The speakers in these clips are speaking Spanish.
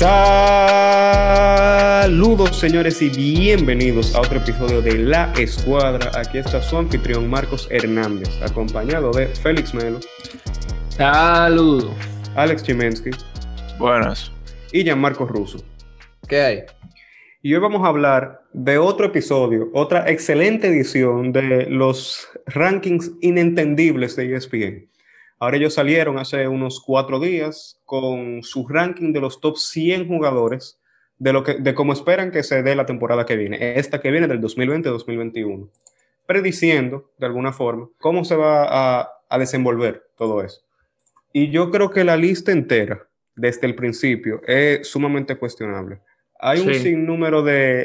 Saludos, señores, y bienvenidos a otro episodio de La Escuadra. Aquí está su anfitrión Marcos Hernández, acompañado de Félix Melo. Saludos. Alex Chimensky. Buenas. Y Gianmarco Russo. ¿Qué hay? Y hoy vamos a hablar de otro episodio, otra excelente edición de los rankings inentendibles de ESPN. Ahora ellos salieron hace unos 4 días con su ranking de los top 100 jugadores de cómo esperan que se dé la temporada que viene, esta que viene del 2020-2021, prediciendo de alguna forma cómo se va a desenvolver todo eso. Y yo creo que la lista entera, desde el principio, es sumamente cuestionable. Hay un sinnúmero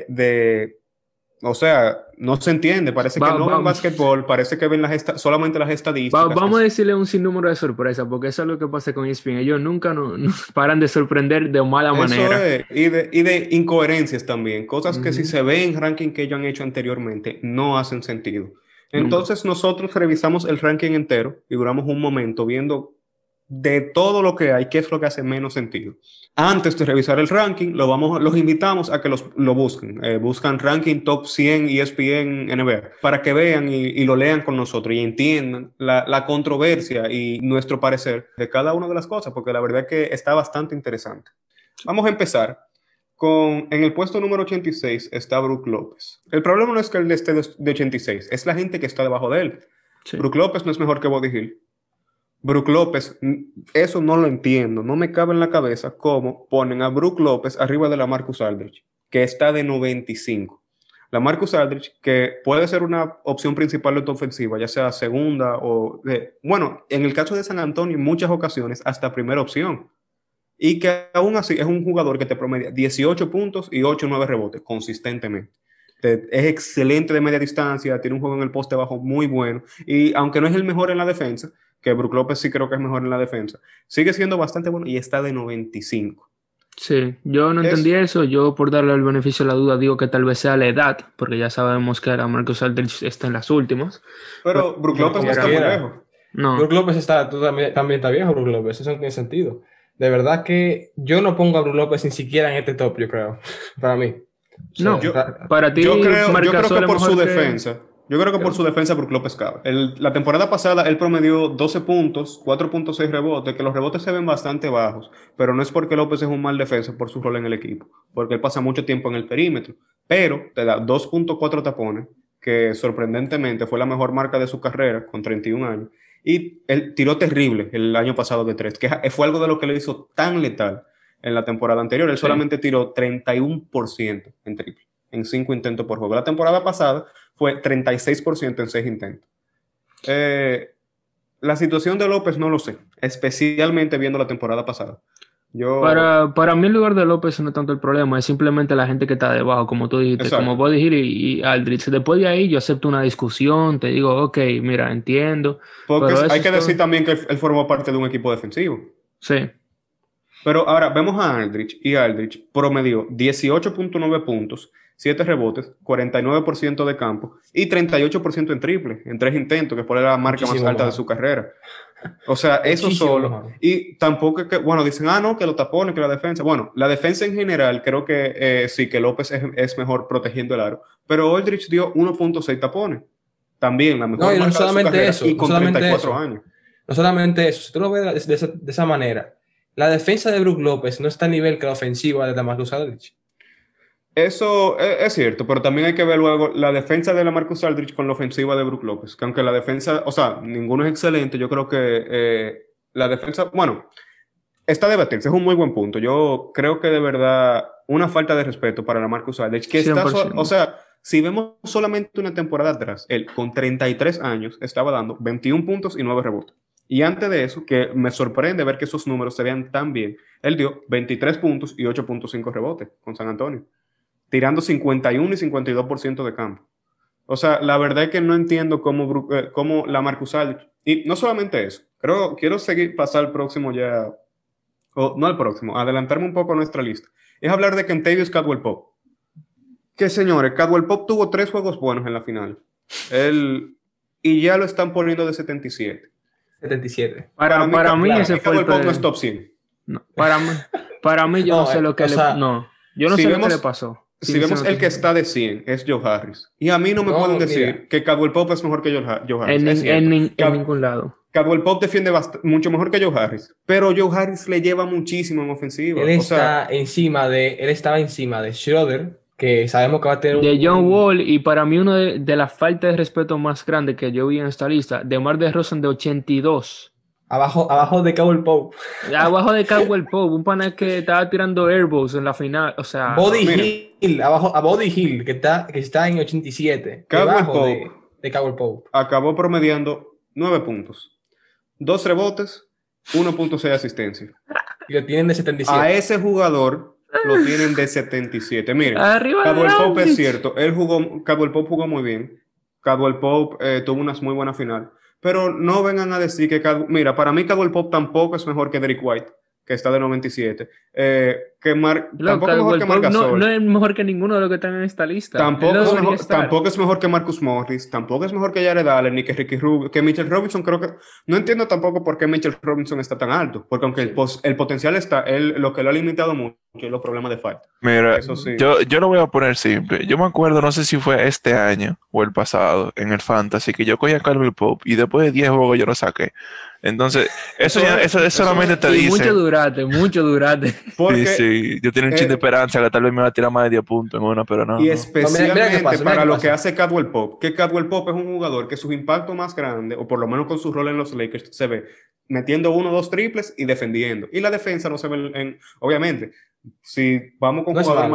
o sea, no se entiende, parece que no ven básquetbol, parece que ven solamente las estadísticas. Vamos a decirle un sinnúmero de sorpresas, porque eso es lo que pasa con ESPN. Ellos nunca no paran de sorprender de mala manera. Y de incoherencias también, cosas que si se ven en ranking que ellos han hecho anteriormente, no hacen sentido. Entonces nosotros revisamos el ranking entero y duramos un momento viendo de todo lo que hay, qué es lo que hace menos sentido. Antes de revisar el ranking, los invitamos a que lo busquen. Buscan ranking top 100 ESPN NBA para que vean y lo lean con nosotros y entiendan la controversia y nuestro parecer de cada una de las cosas, porque la verdad es que está bastante interesante. Vamos a empezar en el puesto número 86 está Brook López. El problema no es que él esté de 86, es la gente que está debajo de él. Sí. Brook López no es mejor que Buddy Hield. Brook López, eso no lo entiendo, no me cabe en la cabeza cómo ponen a Brook López arriba de LaMarcus Aldridge, que está de 95. LaMarcus Aldridge, que puede ser una opción principal de tu ofensiva, ya sea segunda bueno, en el caso de San Antonio, en muchas ocasiones, hasta primera opción. Y que aún así es un jugador que te promedia 18 puntos y 8 o 9 rebotes consistentemente. Es excelente de media distancia, tiene un juego en el poste bajo muy bueno, y aunque no es el mejor en la defensa, que Brook López sí creo que es mejor en la defensa, sigue siendo bastante bueno y está de 95. Sí, yo no entendí eso. Yo, por darle el beneficio de la duda, digo que tal vez sea la edad, porque ya sabemos que LaMarcus Aldridge está en las últimas. Pero Brook López no está muy lejos. No. Brook López también está viejo, Brook López, eso no tiene sentido. De verdad que yo no pongo a Brook López ni siquiera en este top, yo creo, para mí. No, para ti, yo creo que por su defensa. Yo creo que por su defensa Brook López cabe. La temporada pasada él promedió 12 puntos, 4.6 rebotes, que los rebotes se ven bastante bajos, pero no es porque López es un mal defensa por su rol en el equipo, porque él pasa mucho tiempo en el perímetro, pero te da 2.4 tapones, que sorprendentemente fue la mejor marca de su carrera con 31 años, y él tiró terrible el año pasado de 3, que fue algo de lo que le hizo tan letal en la temporada anterior. Él solamente tiró 31% en triple, en 5 intentos por juego. La temporada pasada fue 36% en 6 intentos. La situación de López no lo sé, especialmente viendo la temporada pasada. Para mí el lugar de López no es tanto el problema, es simplemente la gente que está debajo, como tú dijiste. Exacto. Como Buddy Hield y Aldridge. Después de ahí yo acepto una discusión, te digo, ok, mira, entiendo. Porque hay que decir también que él formó parte de un equipo defensivo. Sí. Pero ahora vemos a Aldridge, y Aldridge promedió 18.9 puntos, 7 rebotes, 49% de campo y 38% en triple, en 3 intentos, que fue la marca más alta de su carrera. O sea, eso solo. Y tampoco es que, bueno, dicen, no, que los tapones, que la defensa. Bueno, la defensa en general, creo que sí, que López es mejor protegiendo el aro. Pero Aldridge dio 1.6 tapones. También la mejor marca no solamente de su carrera, eso, y con 34 años. No solamente eso, si tú lo ves de esa manera, la defensa de Brook López no está a nivel que la ofensiva de LaMarcus Aldridge. Eso es cierto, pero también hay que ver luego la defensa de LaMarcus Aldridge con la ofensiva de Brook López, que aunque la defensa, o sea, ninguno es excelente, yo creo que la defensa, bueno, está a debatirse, es un muy buen punto. Yo creo que de verdad una falta de respeto para LaMarcus Aldridge, que está, o sea, si vemos solamente una temporada atrás, él con 33 años estaba dando 21 puntos y 9 rebotes. Y antes de eso, que me sorprende ver que esos números se vean tan bien, él dio 23 puntos y 8.5 rebotes con San Antonio, tirando 51 y 52% de campo. O sea, la verdad es que no entiendo cómo LaMarcus Aldridge, y no solamente eso, quiero pasar al próximo ya, o no al próximo, adelantarme un poco a nuestra lista, es hablar de Kentavious Caldwell-Pope. Que señores, Caldwell-Pope tuvo 3 juegos buenos en la final, y ya lo están poniendo de 77. Para mí ese fue Caldwell-Pope no es top 100. No. Para mí yo no sé lo que le... No, yo no sé lo que le pasó. Si vemos el que está de 100 es Joe Harris. Y a mí no me pueden decir que Caldwell Pope es mejor que Joe Harris. En ningún lado. Caldwell Pope defiende mucho mejor que Joe Harris. Pero Joe Harris le lleva muchísimo en ofensiva. Él estaba encima de Schroeder, que sabemos que va a tener de John Wall, y para mí uno de las faltas de respeto más grandes que yo vi en esta lista, DeMar DeRozan de 82. Abajo de Caldwell Pope. Abajo de Caldwell Pope, un pana que estaba tirando airballs en la final, o sea... Body Hill, a Body Hill, que está en 87. Caldwell Pope de Caldwell Pope. Acabó promediando 9 puntos, 2 rebotes, 1.6 asistencia. Y lo tienen de 77. A ese jugador lo tienen de 77. Miren, Caldwell Pope es cierto, Caldwell Pope jugó muy bien. Caldwell Pope tuvo unas muy buenas final. Pero no vengan a decir que... Mira, para mí Caldwell Pope tampoco es mejor que Derrick White, que está de 97. Tampoco es mejor que Marc Gasol. No es mejor que ninguno de los que están en esta lista. Tampoco es mejor que Marcus Morris. Tampoco es mejor que Jared Allen, ni que Ricky Rubio. Que Mitchell Robinson, creo que... No entiendo tampoco por qué Mitchell Robinson está tan alto. Porque aunque el potencial está, lo que lo ha limitado mucho es los problemas de falta. Mira, eso sí. Yo lo voy a poner simple. Yo me acuerdo, no sé si fue este año o el pasado, en el Fantasy, que yo cogí a Caldwell Pope y después de 10 juegos yo lo saqué. Entonces, eso solamente te dice... Mucho durate. Sí, yo tenía un chin de esperanza que tal vez me va a tirar más de 10 puntos en una, pero no. Y especialmente para lo que hace Caldwell Pope, que Caldwell Pope es un jugador que sus impactos más grandes, o por lo menos con su rol en los Lakers, se ve metiendo 1 o 2 triples y defendiendo. Y la defensa no se ve obviamente, si vamos con jugadores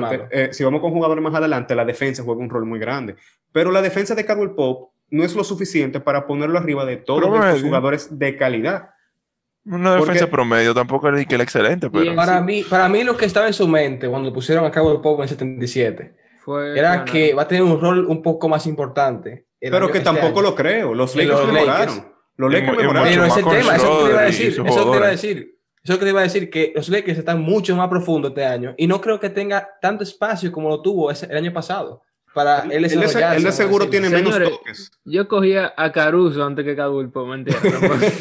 más adelante, la defensa juega un rol muy grande. Pero la defensa de Caldwell Pope no es lo suficiente para ponerlo arriba de todos estos jugadores de calidad. Una defensa promedio, tampoco es que el excelente, pero... Para mí lo que estaba en su mente cuando pusieron a Caldwell Pope en 77 era que va a tener un rol un poco más importante. Pero que tampoco lo creo. Los Lakers mejoraron. Los Lakers mejoraron. Pero ese tema, eso que te iba a decir. Eso que te iba a decir, que los Lakers están mucho más profundos este año y no creo que tenga tanto espacio como lo tuvo el año pasado. Para él de seguro tiene menos toques. Yo cogía a Caruso antes que Caldwell Pope, ¿me entiendes?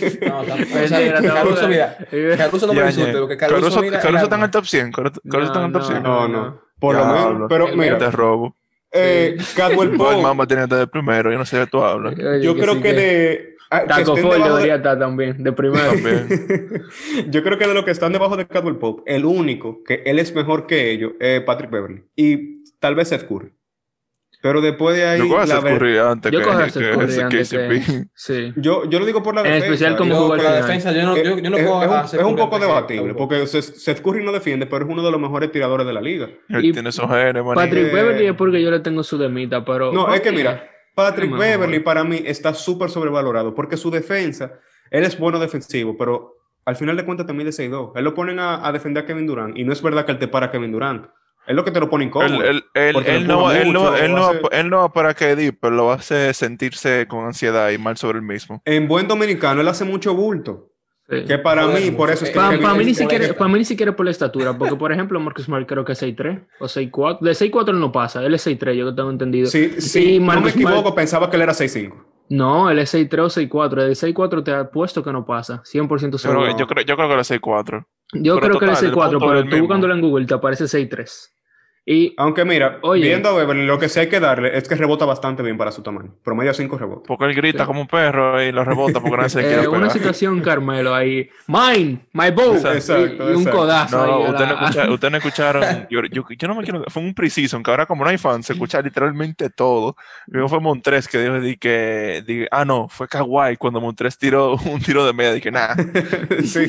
Caruso no me insulte, porque Caruso está en el top 100. Caruso está en el top 100. No. Por lo menos, pero mira. Te robo. Caldwell Pope. El Mamba tiene de primero, yo no sé de tú hablas. Yo creo que de... Taco Fall debería estar también, de primero. Yo creo que de los que están debajo de Caldwell Pope, el único que él es mejor que ellos es Patrick Beverley. Y tal vez Seth Curry. Pero después de ahí... Yo cojo a Seth Curry antes que sí. Yo lo digo por la defensa. En especial como jugó por la defensa, yo no puedo hacer... Es un poco debatible, porque Seth Curry no defiende, pero es uno de los mejores tiradores de la liga. Él tiene esos genes, Patrick Beverley es porque yo le tengo su demita, pero... No, es que mira, Patrick Beverley para mí está súper sobrevalorado, porque su defensa, él es bueno defensivo, pero al final de cuentas también de 6'2". Él lo ponen a defender a Kevin Durant, y no es verdad que él te para a Kevin Durant. Es lo que te lo pone incómodo. Él no va para KD, pero lo hace sentirse con ansiedad y mal sobre él mismo. En buen dominicano, él hace mucho bulto. Sí. Que para mí, por eso es que... Para mí ni siquiera por la estatura, porque por ejemplo, Marcus Smart creo que es 6'3 o 6'4. De 6'4 no pasa, él es 6'3, yo que tengo entendido. Sí, no me equivoco, pensaba que él era 6'5. No, él es 6'3 o 6'4. De 6'4 te apuesto que no pasa. 100% seguro. Yo creo que él es 6'4. Yo creo que él es 6'4, pero tú buscándolo en Google te aparece 6'3. Y, aunque mira, viendo a Beverly, lo que sí hay que darle es que rebota bastante bien para su tamaño. Promedio 5 rebotes. Porque él grita como un perro y lo rebota porque no se quiere pegar. Una situación Carmelo ahí. Mine, my bow. Exacto, y un codazo. No, ustedes no escucharon. Yo no me quiero. Fue un pre-season que ahora, como no hay fans, se escucha literalbalmente todo. Luego fue Montrez que dijo que no, fue Kawhi cuando Montrez tiró un tiro de media. Dije, nada. Sí.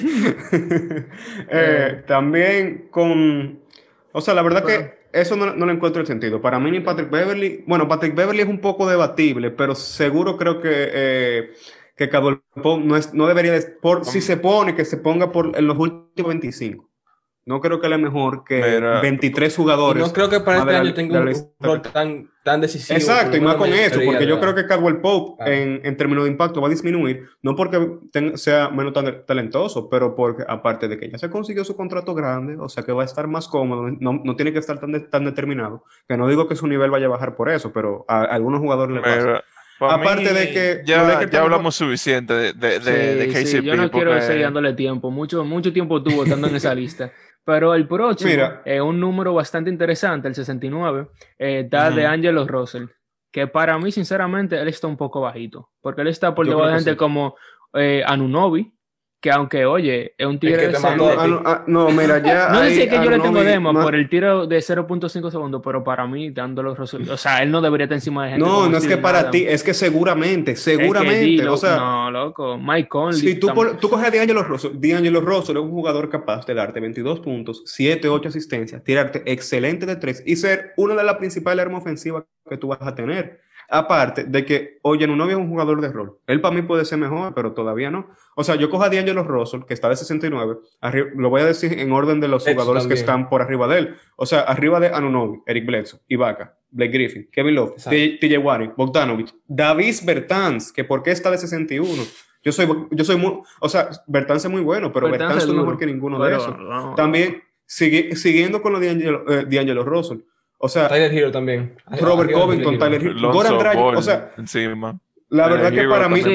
También con. O sea, la verdad que eso no le encuentro el sentido. Para mí ni Patrick Beverly... Bueno, Patrick Beverly es un poco debatible, pero seguro creo que Caldwell Pope no debería... si se pone, que se ponga en los últimos 25. No creo que él es mejor que 23 jugadores. No creo que para este año tenga un rol tan decisivo. Exacto, y más con eso, porque yo creo que Caldwell Pope en términos de impacto va a disminuir, no porque sea menos talentoso, pero porque aparte de que ya se consiguió su contrato grande, o sea que va a estar más cómodo, no tiene que estar tan determinado, que no digo que su nivel vaya a bajar por eso, pero a algunos jugadores le pasa. Aparte de que... Ya hablamos suficiente de KCP. Sí, yo no quiero seguir dándole tiempo. Mucho tiempo tuvo estando en esa lista. Pero el próximo, un número bastante interesante, el 69, está de D'Angelo Russell. Que para mí, sinceramente, él está un poco bajito. Porque él está por debajo de gente como Anunoby, que aunque, oye, es un tigre de no, mira, ya... No sé si es que yo le tengo demo por el tiro de 0.5 segundos, pero para mí, dándolo... O sea, él no debería estar encima de gente. No es que para ti, es que seguramente, o sea... No, loco, Mike Conley... Si tú coges a D'Angelo Russell es un jugador capaz de darte 22 puntos, 7, 8 asistencias, tirarte excelente de 3 y ser una de las principales armas ofensivas que tú vas a tener. Aparte de que, oye, Anunoby es un jugador de rol. Él para mí puede ser mejor, pero todavía no. O sea, yo cojo a D'Angelo Russell, que está de 69, lo voy a decir en orden de los jugadores también que están por arriba de él. O sea, arriba de Anunoby, Eric Bledsoe, Ibaka, Blake Griffin, Kevin Love, TJ Warren, Bogdanovic, Davis Bertans, que ¿por qué está de 61? Yo soy muy... O sea, Bertans es muy bueno, pero Bertans es mejor que ninguno de esos. No. También, siguiendo con lo de D'Angelo Russell, o sea, Tyler Hero también. Robert Covington, Tyler Hero, Goran Dragic, o sea, encima. La verdad que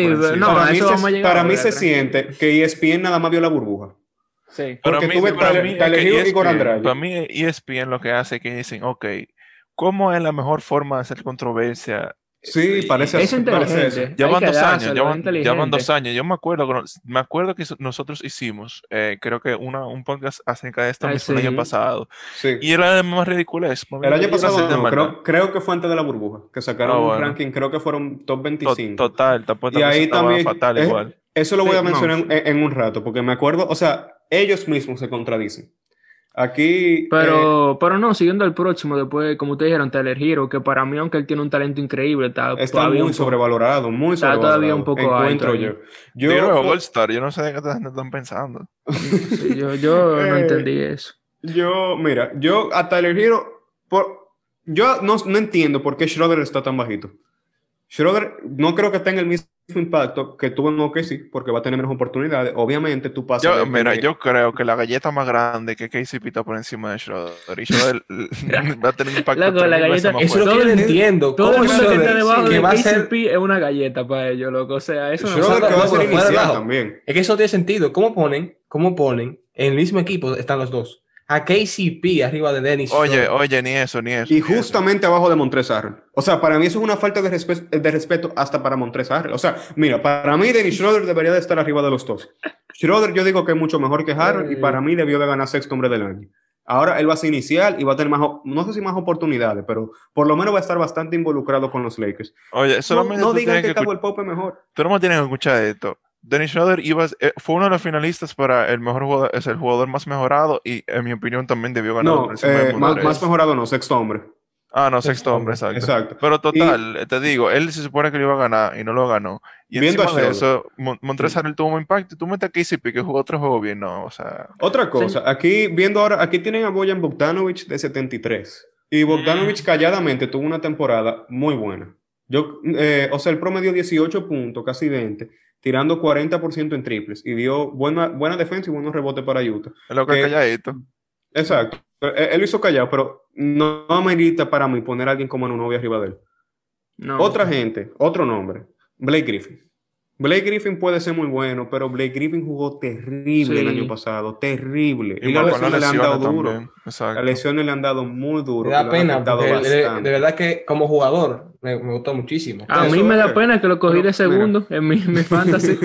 para mí se siente que ESPN nada más vio la burbuja. Sí. Porque tú ves Tyler Hero y Goran Dragic. Para mí ESPN lo que hace es que dicen, ok, ¿cómo es la mejor forma de hacer controversia? Sí, parece eso. Llevan 2 años. Yo me acuerdo que nosotros hicimos, creo que un podcast acerca de esto mismo el año pasado. Sí. Y era de más ridículas. El año pasado no, creo que fue antes de la burbuja, que sacaron un ranking, creo que fueron top 25. Total, y ahí también fatal igual. Eso lo voy a mencionar en un rato, porque me acuerdo, o sea, ellos mismos se contradicen. Aquí... Pero no, siguiendo el próximo, después, como ustedes dijeron, Tyler Hero, que para mí, aunque él tiene un talento increíble, está muy sobrevalorado, Está todavía un poco alto. Yo All-Star, yo no sé de qué están pensando. Sí, yo no entendí eso. Mira, a Tyler Hero, yo no entiendo por qué Schroeder está tan bajito. Schroeder no creo que tenga el mismo impacto que tuvo en OKC, porque va a tener menos oportunidades. Obviamente tú pasas... yo creo que la galleta más grande que KCP está por encima de Schroeder. Y Schroeder va a tener un impacto. Loco, la galleta, eso es lo que yo entiendo. Todo el mundo que está debajo de KCP es una galleta para ellos, loco. O sea, eso Schroeder que va a ser inicial también. Es que eso tiene sentido. ¿Cómo ponen en el mismo equipo están los dos? A KCP arriba de Dennis. Oye, ni eso. Y justamente abajo de Montrezl Harrell. O sea, para mí eso es una falta de respeto hasta para Montrezl Harrell. O sea, mira, para mí Dennis Schroeder debería de estar arriba de los dos. Schroeder yo digo que es mucho mejor que Harrell y para mí debió de ganar sexto hombre del año. Ahora él va a ser inicial y va a tener no sé si más oportunidades, pero por lo menos va a estar bastante involucrado con los Lakers. Oye, no digan que Caldwell Pope es mejor. Tú no tienes que escuchar esto. Dennis Schroeder fue uno de los finalistas para el mejor jugador, es el jugador más mejorado y en mi opinión también debió ganar. Más mejorado no, sexto hombre. No, sexto hombre, exacto. Pero total, te digo, él se supone que lo iba a ganar y no lo ganó. Y encima de eso, Montrezl Harrell tuvo un impacto. Tú metes a KCP que jugó otro juego bien, ¿no? O sea... Otra cosa, aquí tienen a Bojan Bogdanovic de 73. Y Bogdanovic calladamente tuvo una temporada muy buena. Él promedió 18 puntos, casi 20. Tirando 40% en triples y dio buena defensa y buenos rebotes para Utah. Es lo que calladito. Exacto. Él lo hizo callado, pero no amerita para mí poner a alguien como Anunoby arriba de él. No. Otro nombre, Blake Griffin. Blake Griffin puede ser muy bueno, pero Blake Griffin jugó terrible el año pasado, terrible. Y las lesiones le han dado duro. Las lesiones le han dado muy duro. Me da pena, porque de verdad que como jugador me gustó muchísimo. A mí me da pena que lo cogí de segundo en mi fantasy.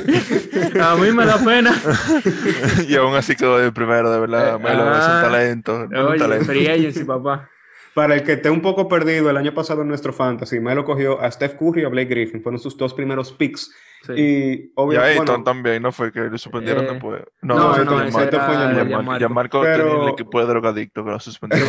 A mí me da pena. Y aún así quedó de primero, de verdad. Melo es un talento. Oye, free agency, papá. Para el que esté un poco perdido, el año pasado en nuestro fantasy, Melo cogió a Steph Curry y a Blake Griffin. Fueron sus dos primeros picks. Sí. Y Ayton también, ¿no? Fue que le suspendieron después. No, fue Gianmarco tenía el equipo de drogadicto que lo suspendieron.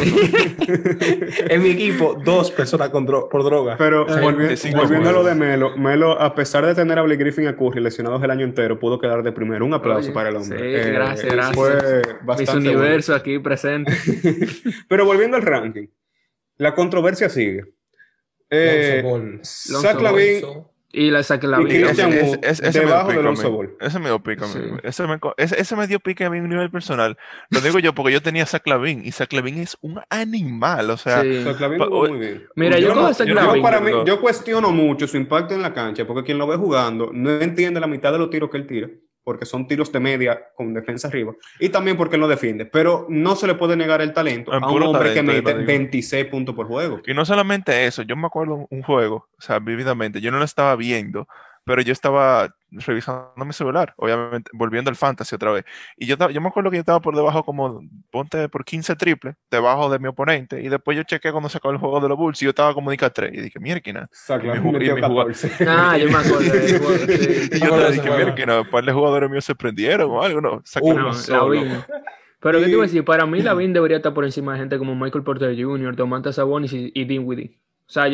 En mi equipo, 2 personas por droga. Pero volviendo a lo de Melo, a pesar de tener a Blake Griffin y a Curry lesionados el año entero, pudo quedar de primero. Un aplauso para el hombre. Sí, gracias. Fue bastante Mis universo aquí presente. Pero volviendo al ranking, la controversia sigue. Zach LaVine Y la saqué la vida. Ese me dio pique a mí. Ese me dio pique a mí a un nivel personal. Lo digo yo porque yo tenía a Zach LaVine y Zach LaVine es un animal. O sea, Zach LaVine jugó muy bien. Mira, yo cuestiono mucho su impacto en la cancha porque quien lo ve jugando no entiende la mitad de los tiros que él tira, porque son tiros de media con defensa arriba, y también porque él no defiende, pero no se le puede negar el talento a un hombre que mete 26 puntos por juego. Y no solamente eso, yo me acuerdo un juego, o sea, vívidamente, yo no lo estaba viendo, pero yo estaba revisando mi celular, obviamente, volviendo al fantasy otra vez, y yo me acuerdo que yo estaba por debajo como, ponte por 15 triples, debajo de mi oponente, y después yo chequeé cuando sacó el juego de los Bulls, y yo estaba como 3, y dije, mierda, yo me acuerdo del juego, sí. Y yo te dije, mierda, un par de jugadores míos se prendieron o algo, ¿no? Pero ¿qué te iba a decir? Para mí LaVine debería estar por encima de gente como Michael Porter Jr., Domantas Sabonis y Dinwiddie. O sea,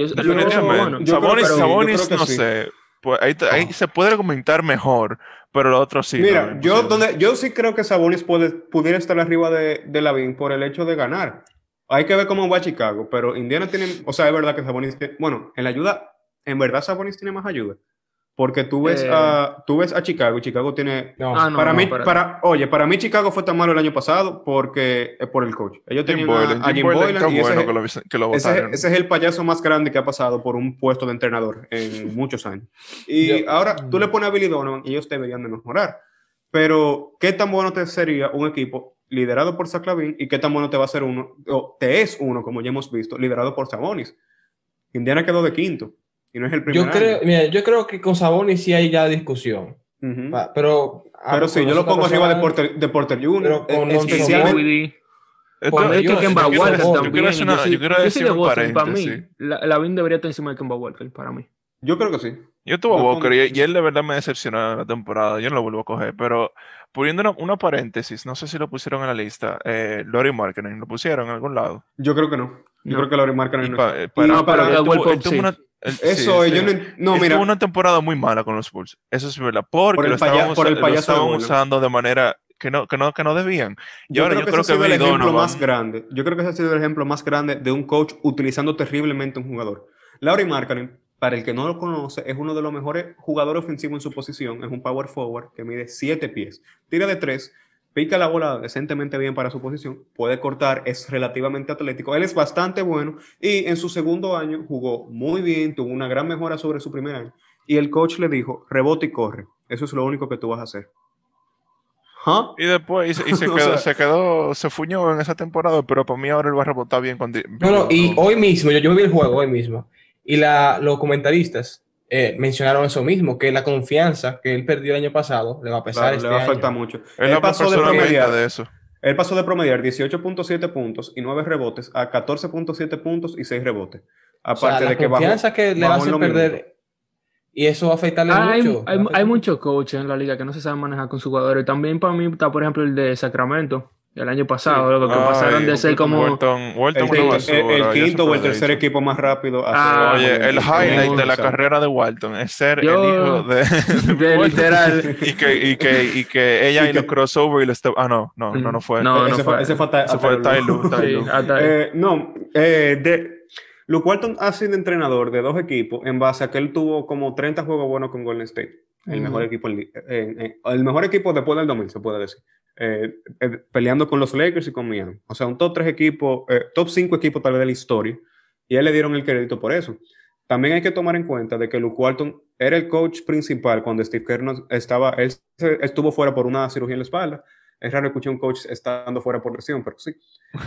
Sabonis no sé. Pues ahí se puede comentar mejor, pero lo otro sí. Mira, yo sí creo que Sabonis pudiera estar arriba de LaVine por el hecho de ganar. Hay que ver cómo va Chicago, pero Indiana tiene, o sea, es verdad que Sabonis bueno, en la ayuda, en verdad Sabonis tiene más ayuda. Porque tú ves a Chicago y Chicago tiene... para mí Chicago fue tan malo el año pasado porque por el coach. Ellos tenían a Jim Boylan y ese es el payaso más grande que ha pasado por un puesto de entrenador en muchos años. Y ahora tú le pones a Billy Donovan y ellos deberían de mejorar. Pero ¿qué tan bueno te sería un equipo liderado por Zach LaVine y qué tan bueno te va a ser uno, o te es uno, como ya hemos visto, liderado por Sabonis? Indiana quedó de quinto. Y no es el primer año. Yo creo que con Sabonis sí hay ya discusión. Pero sí, yo lo pongo arriba de Porter Jr. Especialmente. Para mí que Kemba Walker también. Yo soy de Boston. Para mí, LaVine debería estar encima de Kemba Walker, para mí. Yo creo que sí. Yo tuve a Walker y él de verdad me decepcionó en la temporada. Yo no lo vuelvo a coger. Pero poniendo una paréntesis, no sé si lo pusieron en la lista. Lauri Markkanen, ¿lo pusieron en algún lado? Yo creo que no. Yo creo que Lauri Markkanen tuvo una temporada muy mala con los Bulls. Eso es verdad. Porque lo estaban usando de manera que no debían. Y ahora yo creo que el ejemplo más grande. Yo creo que ese ha sido el ejemplo más grande de un coach utilizando terriblemente a un jugador. Lauri Markkanen, para el que no lo conoce, es uno de los mejores jugadores ofensivos en su posición. Es un power forward que mide 7 pies. Tira de 3. Pica la bola decentemente bien para su posición, puede cortar, es relativamente atlético, él es bastante bueno y en su segundo año jugó muy bien, tuvo una gran mejora sobre su primer año y el coach le dijo, rebote y corre, eso es lo único que tú vas a hacer. Y después se fuñó en esa temporada, pero para mí ahora él va a rebotar bien. Y hoy mismo, yo vi el juego hoy mismo y los comentaristas mencionaron eso mismo, que la confianza que él perdió el año pasado le va a pesar le va a afectar mucho. Él pasó de promediar 18.7 puntos y 9 rebotes a 14.7 puntos y 6 rebotes. Aparte de que la confianza que le va a hacer perder y eso va a afectarle mucho. Hay muchos coaches en la liga que no se saben manejar con sus jugadores. También para mí está, por ejemplo, el de Sacramento. El año pasado, lo que pasaron de ser como el quinto o el tercer equipo más rápido. Oye, el highlight de la carrera de Walton es ser el hijo de literal. y que ella y los crossover y los no fue. Ese fue Ty Lue. Luke Walton ha sido entrenador de 2 equipos en base a que él tuvo como 30 juegos buenos con Golden State. El mejor equipo después del 2000, se puede decir. Peleando con los Lakers y con Miami. O sea, un top 3 equipo, top 5 equipos tal vez de la historia. Y a él le dieron el crédito por eso. También hay que tomar en cuenta de que Luke Walton era el coach principal cuando Steve Kerr él estuvo fuera por una cirugía en la espalda. Es raro escuchar un coach estando fuera por lesión, pero sí.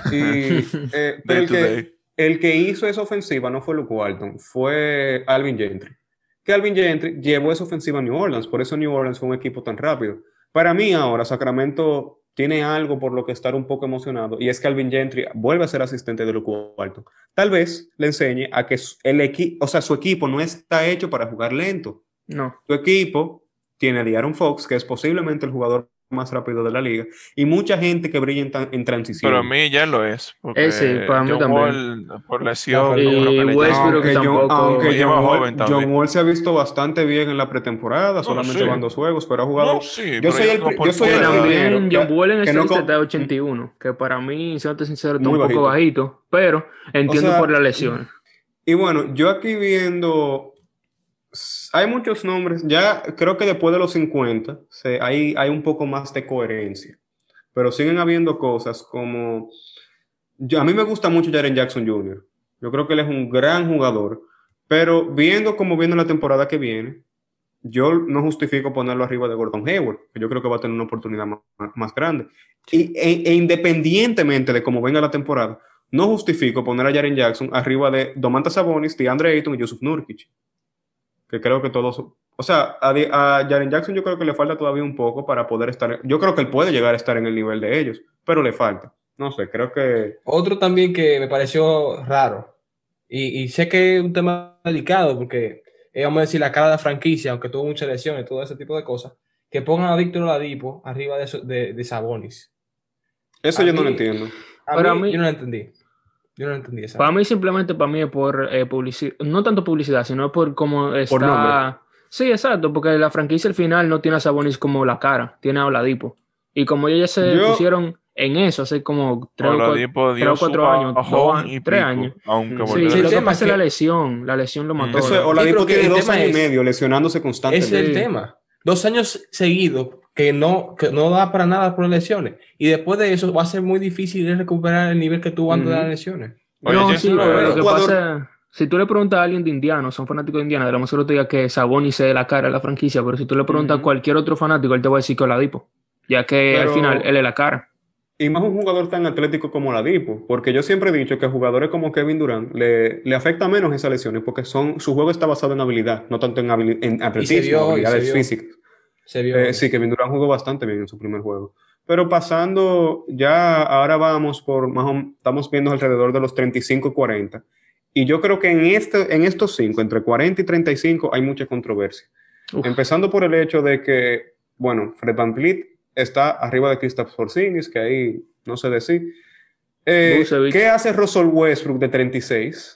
Pero el que hizo esa ofensiva no fue Luke Walton, fue Alvin Gentry. Que Alvin Gentry llevó esa ofensiva a New Orleans, por eso New Orleans fue un equipo tan rápido. Para mí ahora Sacramento tiene algo por lo que estar un poco emocionado y es que Alvin Gentry vuelve a ser asistente de Luke Walton. Tal vez le enseñe a que su equipo no está hecho para jugar lento. No. Su equipo tiene a De'Aaron Fox, que es posiblemente el jugador más rápido de la liga y mucha gente que brilla en transición. Pero a mí ya lo es. Ese, para mí también. Por lesión. Aunque John Wall se ha visto bastante bien en la pretemporada, solamente van 2 juegos, pero ha jugado. Yo soy el primero. John Wall en el está de 81, que para mí, siendo sincero, está un poco bajito, pero entiendo por la lesión. Y bueno, yo aquí viendo hay muchos nombres. Ya creo que después de los 50 hay un poco más de coherencia. Pero siguen habiendo cosas como... a mí me gusta mucho Jaren Jackson Jr. Yo creo que él es un gran jugador. Pero viendo la temporada que viene, yo no justifico ponerlo arriba de Gordon Hayward, que yo creo que va a tener una oportunidad más grande. E independientemente de cómo venga la temporada, no justifico poner a Jaren Jackson arriba de Domantas Sabonis, DeAndre Ayton y Jusuf Nurkic. Que creo que todos... O sea, a Jaren Jackson yo creo que le falta todavía un poco para poder estar... Yo creo que él puede llegar a estar en el nivel de ellos, pero le falta. No sé, creo que... Otro también que me pareció raro, y sé que es un tema delicado, porque vamos a decir la cara de la franquicia, aunque tuvo muchas lesiones y todo ese tipo de cosas, que pongan a Víctor Oladipo arriba de Sabonis. Eso yo no lo entiendo. Para mí, yo no lo entendí. Yo no entendí esa. Para mí, simplemente, para mí es por publicidad, no tanto publicidad, sino por cómo está. Por nombre. Sí, exacto, porque la franquicia al final no tiene a Sabonis como la cara, tiene a Oladipo. Y como ellos ya se pusieron en eso hace como 3 o 4 años, 3 años. Sí, lo que pasa es la lesión lo mató. Oladipo tiene 2 años y medio lesionándose constantemente. Ese es el tema. 2 años seguidos que no da para nada por lesiones. Y después de eso va a ser muy difícil recuperar el nivel que tuvo antes de las lesiones. No, sí, lo que pasa, si tú le preguntas a alguien de Indiana, son fanáticos de Indiana, de lo más seguro te diga que Sabonis es la cara de la franquicia, pero si tú le preguntas a cualquier otro fanático, él te va a decir que Oladipo, ya que al final él es la cara. Y más un jugador tan atlético como Oladipo, porque yo siempre he dicho que a jugadores como Kevin Durant le afecta menos esas lesiones, porque su juego está basado en habilidad, no tanto en atletismo, habilidades físicas. Sí, Kevin Durant jugó bastante bien en su primer juego. Pero pasando, ya ahora estamos viendo alrededor de los 35 y 40. Y yo creo que en estos 5, entre 40 y 35, hay mucha controversia. Empezando por el hecho de que, bueno, Fred VanVleet está arriba de Kristaps Porzingis, que ahí no sé decir. ¿Qué hace Russell Westbrook de 36?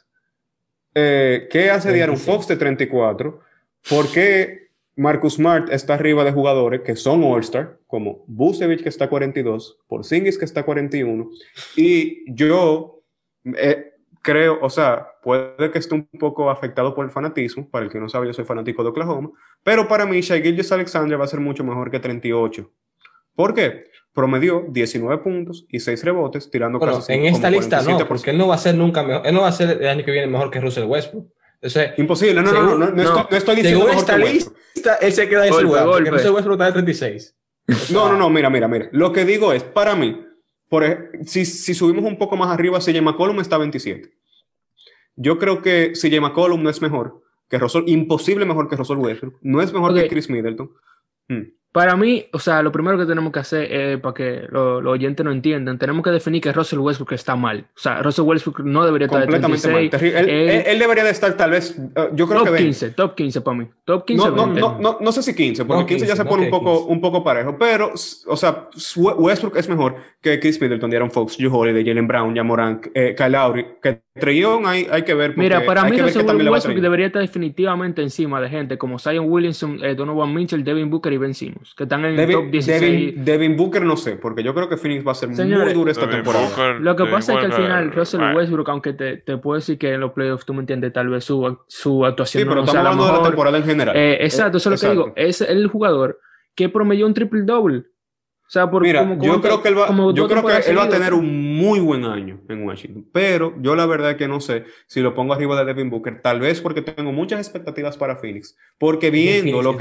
¿Qué hace De'Aaron Fox de 34? ¿Por qué Marcus Smart está arriba de jugadores que son All-Star, como Vucevic, que está 42, Porzingis, que está 41? Y yo creo, o sea, puede que esté un poco afectado por el fanatismo. Para el que no sabe, yo soy fanático de Oklahoma. Pero para mí, Shai Gilgeous-Alexander va a ser mucho mejor que 38. ¿Por qué? Promedió 19 puntos y 6 rebotes, tirando casi en esta lista no, porque él no va a ser nunca mejor. Él no va a ser el año que viene mejor que Russell Westbrook. Entonces, imposible, no estoy diciendo según esta lista, él se queda en ese lugar, porque Russell Westbrook está de 36. No, mira. Lo que digo es, para mí, si subimos un poco más arriba, CJ McCollum está 27. Yo creo que CJ McCollum no es mejor que imposible mejor que Russell Westbrook, no es mejor que Chris Middleton. Para mí, o sea, lo primero que tenemos que hacer, para que los oyentes no entiendan, tenemos que definir que Russell Westbrook está mal. O sea, Russell Westbrook no debería estar completamente mal. Él debería de estar tal vez, yo creo que top 15 para mí. Top 15. No sé si 15, porque 15 ya se pone un poco parejo, pero, o sea, Westbrook es mejor que Chris Middleton, De'Aaron Fox, Jrue Holiday, Jaylen Brown, Ja Morant, Kyle Lowry, que Trae Young hay que ver. Mira, para mí Russell Westbrook debería estar definitivamente encima de gente como Zion Williamson, Donovan Mitchell, Devin Booker y Ben Simmons, que están en el top 16. Devin Booker no sé, porque yo creo que Phoenix va a ser muy duro esta temporada. Lo que pasa es que al final Russell Westbrook, aunque te puedo decir que en los playoffs, tú me entiendes, tal vez su actuación sí, pero estamos hablando de la temporada en general. Exacto, eso es lo que digo. Es el jugador que promedió un triple-double. O sea, yo creo que él va a tener un muy buen año en Washington, pero yo la verdad es que no sé si lo pongo arriba de Devin Booker, tal vez porque tengo muchas expectativas para Phoenix, porque viendo lo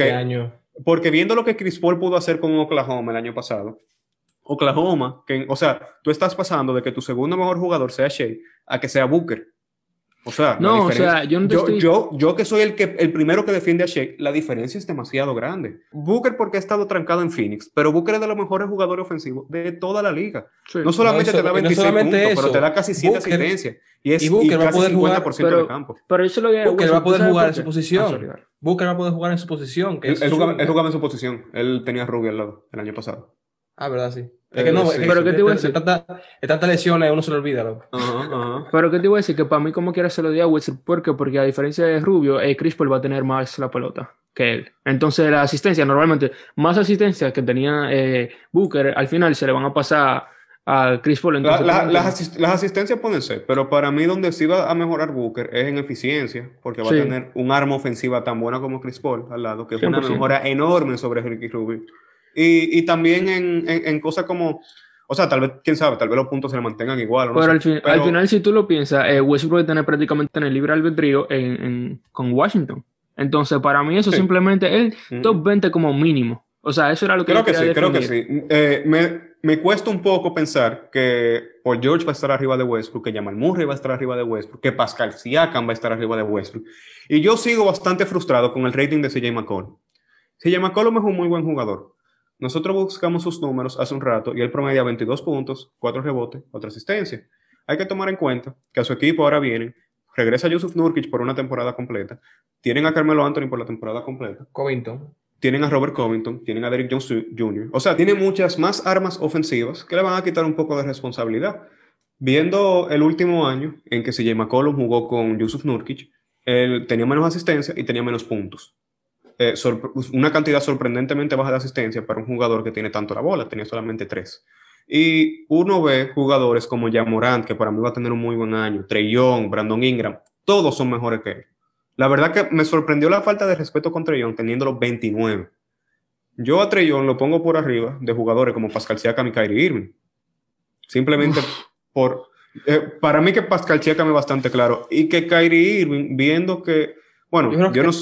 que Chris Paul pudo hacer con Oklahoma el año pasado, Oklahoma, o sea, tú estás pasando de que tu segundo mejor jugador sea Shai a que sea Booker. O sea, yo que soy el primero que defiende a Shai, la diferencia es demasiado grande. Booker porque ha estado trancado en Phoenix, pero Booker es de los mejores jugadores ofensivos de toda la liga. Sí. No solamente te da 26 puntos, pero te da casi 7 asistencias. Y Booker va a poder jugar 50% de campo. Pero eso lo que Booker va a poder jugar en su posición. Booker va a poder jugar en su posición. Él jugaba en su posición. Él tenía a Rubio al lado el año pasado. Ah, verdad, sí. Es que no, sí, pero ¿qué te iba a decir? De tantas lesiones uno se lo olvida, loco. Pero ¿qué te iba a decir? Que para mí como quiera se lo di a Westbrook. ¿Por qué? Porque a diferencia de Rubio, Chris Paul va a tener más la pelota que él. Entonces la asistencia, normalmente, más asistencia que tenía Booker, al final se le van a pasar a Chris Paul. Entonces, las asistencias pueden ser, pero para mí donde sí va a mejorar Booker es en eficiencia, porque va a tener un arma ofensiva tan buena como Chris Paul al lado, que es 100%. Una mejora enorme sobre Ricky Rubio. Y también en cosas como, o sea, tal vez, quién sabe, tal vez los puntos se le mantengan igual. Pero, al final, si tú lo piensas, Westbrook debe tener prácticamente en el libre albedrío con Washington. Entonces, para mí eso simplemente es el top 20 como mínimo. O sea, eso era lo que creo que sí. Me cuesta un poco pensar que Paul George va a estar arriba de Westbrook, que Jamal Murray va a estar arriba de Westbrook, que Pascal Siakam va a estar arriba de Westbrook. Y yo sigo bastante frustrado con el rating de CJ McCollum. CJ McCollum es un muy buen jugador. Nosotros buscamos sus números hace un rato y él promedia 22 puntos, 4 rebotes, 4 asistencias. Hay que tomar en cuenta que a su equipo ahora regresa Jusuf Nurkic por una temporada completa, tienen a Carmelo Anthony por la temporada completa. Covington. Tienen a Robert Covington, tienen a Derrick Jones Jr. O sea, tienen muchas más armas ofensivas que le van a quitar un poco de responsabilidad. Viendo el último año en que CJ McCollum jugó con Jusuf Nurkic, él tenía menos asistencia y tenía menos puntos. Una cantidad sorprendentemente baja de asistencia para un jugador que tiene tanto la bola, tenía solamente 3. Y uno ve jugadores como Ja Morant, que para mí va a tener un muy buen año, Trae Young, Brandon Ingram, todos son mejores que él. La verdad que me sorprendió la falta de respeto con Trae Young teniendo los 29. Yo a Trae Young lo pongo por arriba de jugadores como Pascal Siakam y Kyrie Irving. Simplemente para mí que Pascal Siakam es bastante claro. Y que Kyrie Irving, viendo que... Bueno, yo no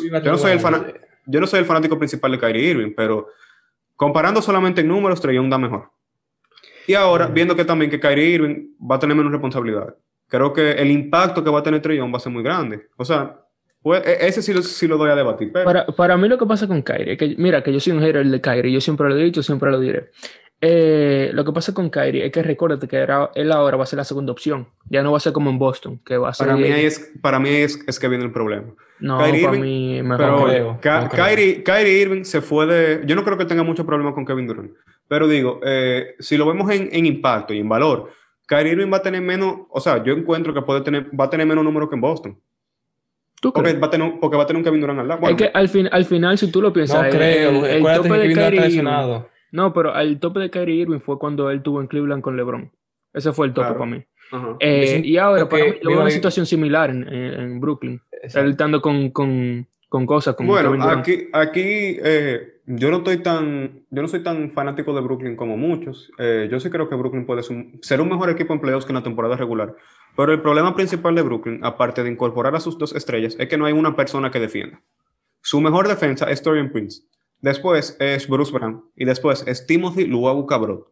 soy el fanático principal de Kyrie Irving, pero comparando solamente en números, Trae Young da mejor. Y ahora, viendo que también que Kyrie Irving va a tener menos responsabilidad, creo que el impacto que va a tener Trae Young va a ser muy grande. O sea... Pues ese sí lo doy a debatir. Pero... Para mí lo que pasa con Kyrie, es que mira, que yo soy un hater de Kyrie, yo siempre lo he dicho, siempre lo diré. Lo que pasa con Kyrie es que recuérdate que él ahora va a ser la segunda opción. Ya no va a ser como en Boston, que va a ser... Para mí es que viene el problema. No, Kyrie para mí mejor. Pero Kyrie Irving se fue de... Yo no creo que tenga mucho problema con Kevin Durant. Pero digo, si lo vemos en impacto y en valor, Kyrie Irving va a tener menos... O sea, yo encuentro que va a tener menos números que en Boston. Porque va a tener un Kevin Durant al lado. Bueno, es que al final, si tú lo piensas, no creo. El tope de Kyrie Irving, no, pero el tope de Kyrie Irving fue cuando él tuvo en Cleveland con LeBron. Ese fue el tope para mí. Y ahora, para mí, tuvo una situación similar en Brooklyn. Exacto. Él estando con cosas como Kevin Durant. Aquí yo no soy tan fanático de Brooklyn como muchos. Yo sí creo que Brooklyn puede ser un mejor equipo en playoffs que en la temporada regular. Pero el problema principal de Brooklyn, aparte de incorporar a sus 2 estrellas, es que no hay una persona que defienda. Su mejor defensa es Taurean Prince. Después es Bruce Brown. Y después es Timothy Luwawu-Cabarrot.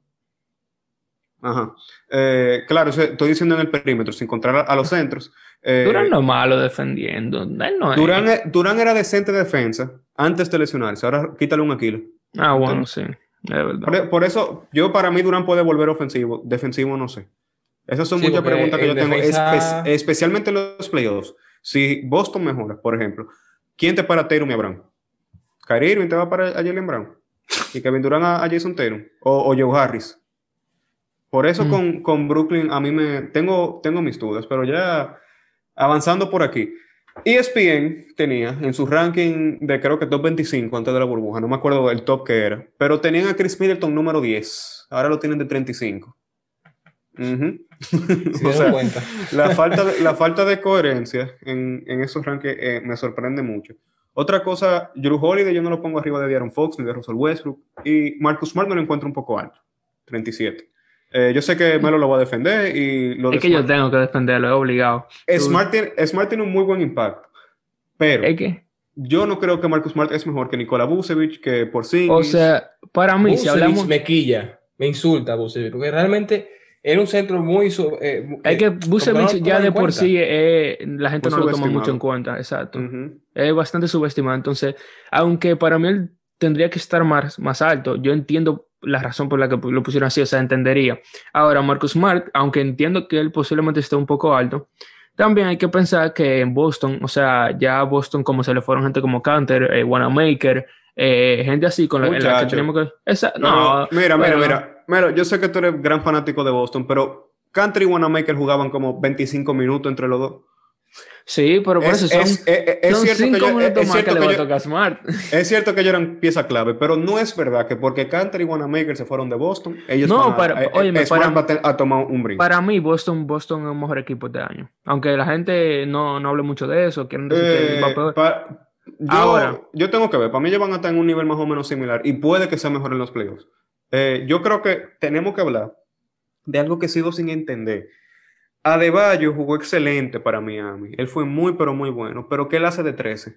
Ajá. Claro, estoy diciendo en el perímetro, sin encontrar a los centros. Durant no es malo defendiendo. Durant era decente defensa antes de lesionarse. Ahora quítale un Aquiles. Bueno, sí. Es verdad. Por eso, para mí Durant puede volver ofensivo. Defensivo no sé. Esas son muchas preguntas que yo tengo, especialmente en los playoffs. Si Boston mejora, por ejemplo, ¿quién te para Tatum y a Brown? ¿Kyrie Irving te va para a Jaylen Brown? ¿Y Kevin Durant a Jason Tatum? ¿O Joe Harris? Por eso con Brooklyn a mí tengo mis dudas, pero ya avanzando por aquí. ESPN tenía en su ranking de creo que top 25 antes de la burbuja, no me acuerdo del top que era, pero tenían a Chris Middleton número 10, ahora lo tienen de 35. O sea, la falta de coherencia en esos rankings me sorprende mucho. Otra cosa, Jrue Holiday yo no lo pongo arriba de De'Aaron Fox ni de Russell Westbrook, y Marcus Smart no lo encuentro un poco alto, 37. Yo sé que Melo lo va a defender y es que yo tengo que defenderlo, es obligado. Smart tiene un muy buen impacto, pero yo no creo que Marcus Smart es mejor que Nikola Vucevic, que Porzingis. O sea, para mí, Vucevic, si hablamos... me insulta Vucevic, porque realmente era un centro muy... es que Vucevic ya de por sí la gente no lo toma mucho en cuenta, exacto. Es bastante subestimado, entonces, aunque para mí él tendría que estar más alto, yo entiendo la razón por la que lo pusieron así, o sea, entendería. Ahora, Marcus Smart, aunque entiendo que él posiblemente esté un poco alto, también hay que pensar que en Boston, o sea, ya Boston como se le fueron gente como Canter, Wanamaker, gente así con la que tenemos que... Mira, yo sé que tú eres gran fanático de Boston, pero Canter y Wanamaker jugaban como 25 minutos entre los dos. Sí, pero por eso son cierto 5 minutos más que le va a tocar a Smart. Es cierto que ellos eran pieza clave, pero no es verdad que porque Canter y Wanamaker se fueron de Boston, ellos No, Smart va a tomar un brinco. Para mí, Boston es un mejor equipo este año. Aunque la gente no hable mucho de eso, quieren decir que va peor. Yo tengo que ver, para mí ellos van a estar en un nivel más o menos similar y puede que sea mejor en los playoffs. Yo creo que tenemos que hablar de algo que sigo sin entender. Adebayo jugó excelente para Miami. Él fue muy, pero muy bueno. ¿Pero qué él hace de 13?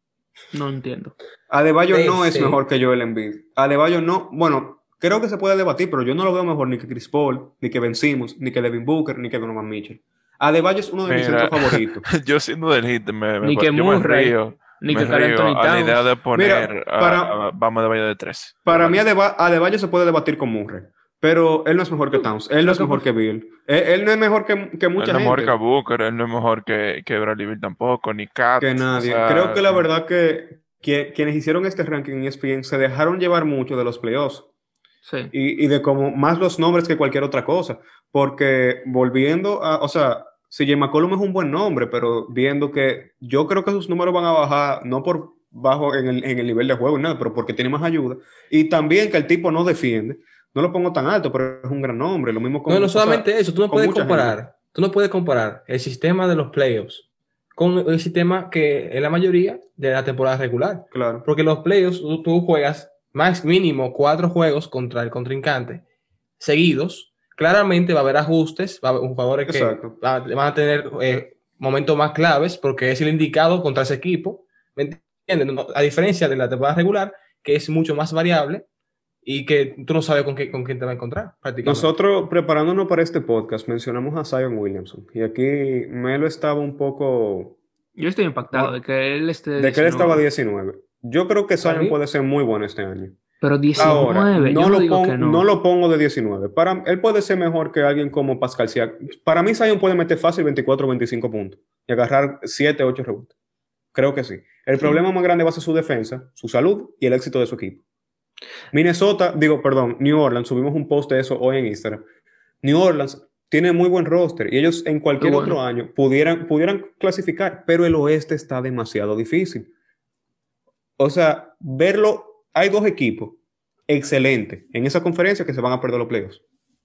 No entiendo. Adebayo no es mejor que Joel Embiid. Adebayo no... Bueno, creo que se puede debatir, pero yo no lo veo mejor ni que Chris Paul, ni que Ben Simmons, ni que Devin Booker, ni que Donovan Mitchell. Adebayo es uno de mis centros favoritos. Yo siendo del Heat, ni que Murray, ni que Karl Anthony Towns. A la idea de poner a Bam Adebayo de 3. Para mí Adebayo se puede debatir con Murray. Pero él no es mejor que Towns, él no es mejor que Bill, él no es mejor que mucha gente. Él no es mejor que Booker, él no es mejor que Bradley Beal tampoco, ni Cat. Que nadie. O sea, creo que la verdad que quienes hicieron este ranking en ESPN se dejaron llevar mucho de los playoffs. Sí. Y de como más los nombres que cualquier otra cosa. Porque volviendo a, o sea, CJ McCollum es un buen nombre, pero viendo que yo creo que sus números van a bajar, no por bajo en el nivel de juego y nada, pero porque tiene más ayuda. Y también que el tipo no defiende. No lo pongo tan alto, pero es un gran nombre. Lo mismo con, no solamente eso. Tú no puedes comparar. Tú no puedes comparar el sistema de los playoffs con el sistema que es la mayoría de la temporada regular. Claro. Porque los playoffs tú juegas más mínimo 4 juegos contra el contrincante seguidos. Claramente va a haber ajustes, va a haber jugadores que van a tener momentos más claves porque es el indicado contra ese equipo. ¿Me entiendes? A diferencia de la temporada regular, que es mucho más variable. Y que tú no sabes con quién te va a encontrar, prácticamente. Nosotros, preparándonos para este podcast, mencionamos a Zion Williamson. Y aquí Melo estaba un poco... Yo estoy impactado de que él esté... De que él estaba 19. Yo creo que Zion puede ser muy bueno este año. Pero 19, ahora, no lo pongo de 19. Él puede ser mejor que alguien como Pascal Siakam. Para mí Zion puede meter fácil 24 o 25 puntos. Y agarrar 7 o 8 rebotes. Creo que sí. El problema más grande va a ser su defensa, su salud y el éxito de su equipo. New Orleans, subimos un post de eso hoy en Instagram. New Orleans tiene muy buen roster y ellos en cualquier otro año pudieran clasificar, pero el oeste está demasiado difícil. O sea, verlo, hay 2 equipos excelentes en esa conferencia que se van a perder los playoffs.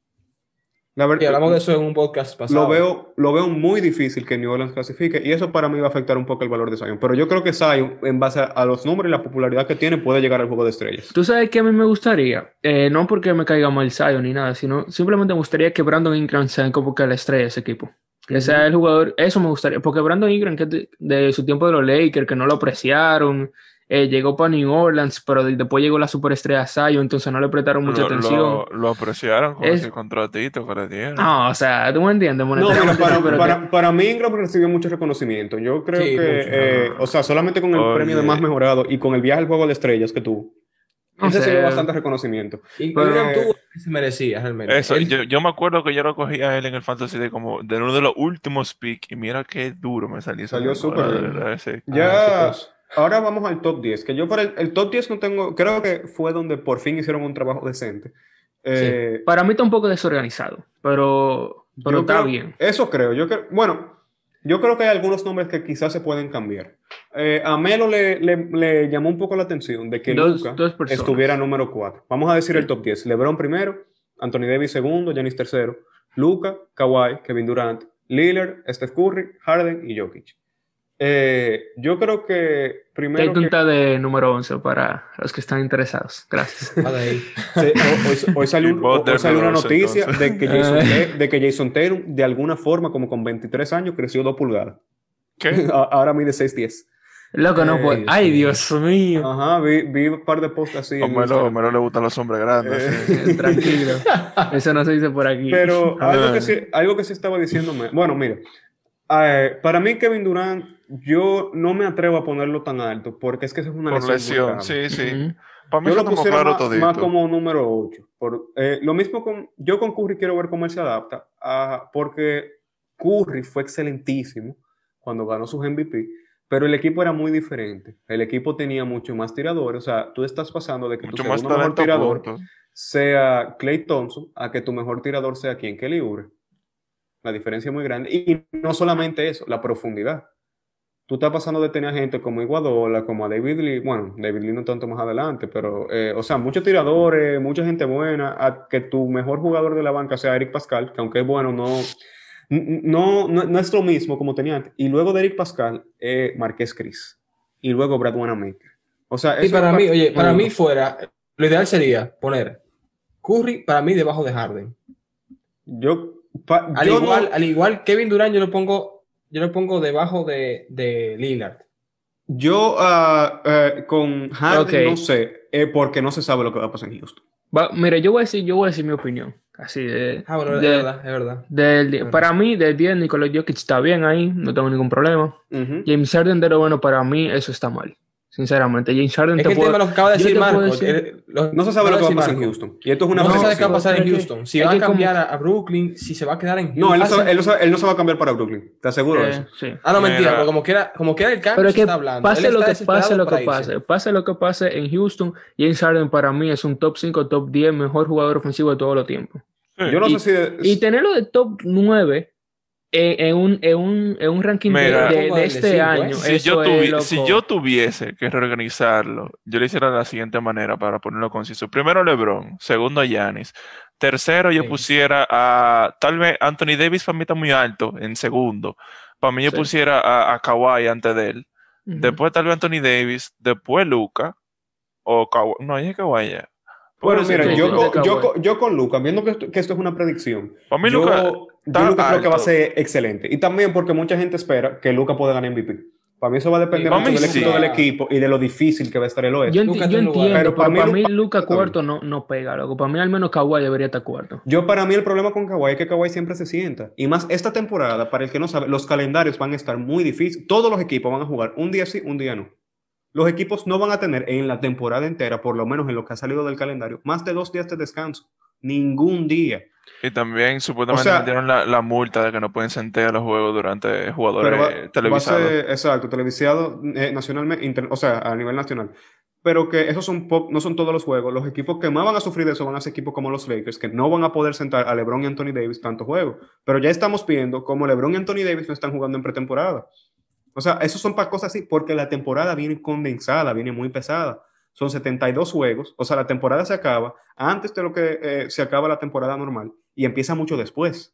La verdad, y hablamos de eso en un podcast pasado. Lo veo muy difícil que New Orleans clasifique y eso para mí va a afectar un poco el valor de Zion. Pero yo creo que Zion, en base a los números y la popularidad que tiene, puede llegar al juego de estrellas. ¿Tú sabes qué a mí me gustaría? No porque me caiga mal Zion ni nada, sino simplemente me gustaría que Brandon Ingram sea como que la estrella de ese equipo. Que sea el jugador, eso me gustaría. Porque Brandon Ingram, que de su tiempo de los Lakers, que no lo apreciaron, llegó para New Orleans, pero después llegó la superestrella Zion, entonces no le prestaron mucha atención. Lo apreciaron con ese contratito que le dieron. No, o sea, tú me entiendes. Para mí Ingram recibió mucho reconocimiento. Yo creo que, o sea, solamente con el premio de más mejorado y con el viaje al juego de estrellas que tuvo, recibió bastante reconocimiento. Y Ingram tuvo que se merecía realmente. Eso, yo me acuerdo que yo lo cogí a él en el Fantasy de uno de los últimos picks y mira qué duro me salió. Salió súper bien. Ya... Ahora vamos al top 10, que yo para el top 10 no tengo, creo que fue donde por fin hicieron un trabajo decente. Para mí está un poco desorganizado, pero está bien. Eso creo, yo creo que hay algunos nombres que quizás se pueden cambiar. A Melo le llamó un poco la atención de que Luka estuviera número 4. Vamos a decir el top 10. LeBron primero, Anthony Davis segundo, Giannis tercero, Luka, Kawhi, Kevin Durant, Lillard, Steph Curry, Harden y Jokic. Yo creo que primero... Tatum está de número 11 para los que están interesados. Gracias. Hoy salió una noticia de que Jason Tatum, de alguna forma, como con 23 años, creció 2 pulgadas. ¿Qué? Ahora mide 6'10". Loco, no puedo. ¡Ay, Dios mío! Ajá, vi un par de posts así. A Melo le gustan los hombres grandes. Tranquilo. Eso no se dice por aquí. Pero algo que sí estaba diciéndome... Bueno, mira. Para mí Kevin Durant, yo no me atrevo a ponerlo tan alto porque es que eso es una lesión. Sí. Para mí yo lo pusiera más como número 8. Lo mismo yo con Curry quiero ver cómo él se adapta, porque Curry fue excelentísimo cuando ganó sus MVP, pero el equipo era muy diferente. El equipo tenía mucho más tiradores. O sea, tú estás pasando de que tu segundo mejor tirador sea Klay Thompson a que tu mejor tirador sea quien, Kelly Oubre. La diferencia es muy grande. Y no solamente eso, la profundidad. Tú estás pasando de tener gente como Iguodala, como a David Lee, bueno, David Lee no tanto más adelante, pero, o sea, muchos tiradores, mucha gente buena, a que tu mejor jugador de la banca sea Eric Pascal, que aunque es bueno, no es lo mismo como tenía antes. Y luego de Eric Pascal, Marqués Chris. Y luego Brad Wanamaker. O sea, eso para mí, oye, para mí fuera, lo ideal sería poner Curry para mí debajo de Harden. Al igual Kevin Durant yo lo pongo debajo de Lillard. Yo con Harden no sé, porque no se sabe lo que va a pasar en Houston. Mira, yo voy a decir mi opinión. Así de. Bueno, es verdad. Para mí, del día de Nikola Jokic está bien ahí, no tengo ningún problema. James Harden, de lo bueno, para mí, eso está mal. Sinceramente, James Harden es que el tema lo que acaba de decir Marco. No se sabe lo que va a pasar en Houston. Y esto es una no se sabe qué va a pasar en Houston. Si va a cambiar a Brooklyn, si se va a quedar en Houston. No, él no se va a cambiar para Brooklyn. ¿Te aseguro de eso? Sí. No, mentira, pero como quiera el cambio pero se está hablando. Pase lo que pase en Houston, James Harden para mí es un top 5, top 10 mejor jugador ofensivo de todos los tiempos. Yo no sé si... Y tenerlo de top 9 en un ranking de este año. Si yo tuviese que reorganizarlo, yo lo hiciera de la siguiente manera para ponerlo conciso. Primero LeBron, segundo Giannis, tercero yo pusiera a, tal vez Anthony Davis para mí está muy alto en segundo. Para mí yo pusiera a Kawhi antes de él. Después tal vez Anthony Davis, después Luka o Kawhi. No, es Kawhi ya. Bueno, mira, yo con Luka, viendo que esto es una predicción, yo creo que va a ser excelente. Y también porque mucha gente espera que Luka pueda ganar MVP. Para mí eso va a depender mucho del éxito del equipo y de lo difícil que va a estar el oeste. Yo entiendo, pero para mí Luka cuarto no pega, loco. Para mí al menos Kawhi debería estar cuarto. Para mí el problema con Kawhi es que Kawhi siempre se sienta. Y más esta temporada, para el que no sabe, los calendarios van a estar muy difíciles. Todos los equipos van a jugar un día sí, un día no. Los equipos no van a tener en la temporada entera, por lo menos en lo que ha salido del calendario, más de 2 días de descanso. Ningún día. Y también supuestamente metieron la multa de que no pueden sentar a los juegos durante jugadores televisados. Exacto, televisado nacionalmente, o sea, a nivel nacional. Pero que esos no son todos los juegos. Los equipos que más van a sufrir de eso van a ser equipos como los Lakers, que no van a poder sentar a LeBron y Anthony Davis tantos juegos. Pero ya estamos viendo cómo LeBron y Anthony Davis no están jugando en pretemporada. O sea, eso son para cosas así, porque la temporada viene condensada, viene muy pesada. Son 72 juegos, o sea, la temporada se acaba antes de lo que se acaba la temporada normal y empieza mucho después.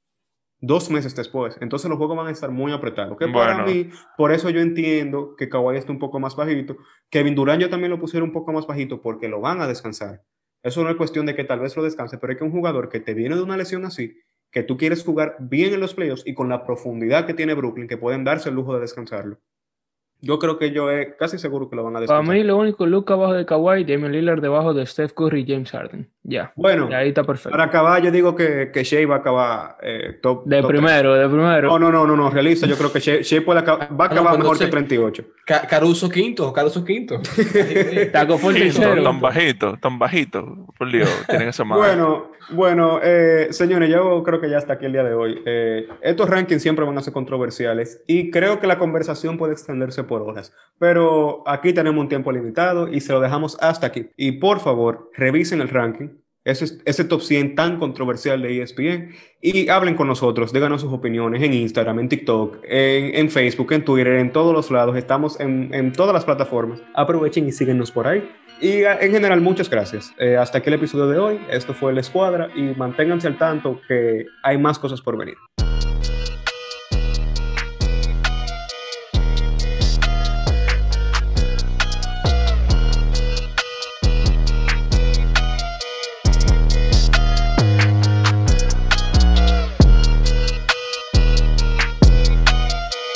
2 meses después. Entonces los juegos van a estar muy apretados. Que para mí, por eso yo entiendo que Kawhi esté un poco más bajito. Kevin Durant yo también lo pusiera un poco más bajito porque lo van a descansar. Eso no es cuestión de que tal vez lo descanse, pero es que un jugador que te viene de una lesión así, que tú quieres jugar bien en los playoffs y con la profundidad que tiene Brooklyn, que pueden darse el lujo de descansarlo. Yo creo que casi seguro que lo van a descansar. Para mí lo único, Luka abajo de Kawhi, Damian Lillard debajo de Steph Curry y James Harden. Ya. Bueno, y ahí está perfecto. Para acabar, yo digo que Shea va a acabar top. De primero. No, realista. Yo creo que Shea va a acabar mejor que 38. Caruso quinto. Taco fue el tercero. Tan bajito. Por Dios, tienen esa madre. Bueno, señores, yo creo que ya hasta aquí el día de hoy. Estos rankings siempre van a ser controversiales y creo que la conversación puede extenderse por horas. Pero aquí tenemos un tiempo limitado y se lo dejamos hasta aquí. Y por favor, revisen el ranking, ese top 100 tan controversial de ESPN y hablen con nosotros, díganos sus opiniones en Instagram, en TikTok, en Facebook, en Twitter, en todos los lados. Estamos en todas las plataformas. Aprovechen y síguenos por ahí. Y en general, muchas gracias. Hasta aquí el episodio de hoy. Esto fue La Escuadra y manténganse al tanto que hay más cosas por venir.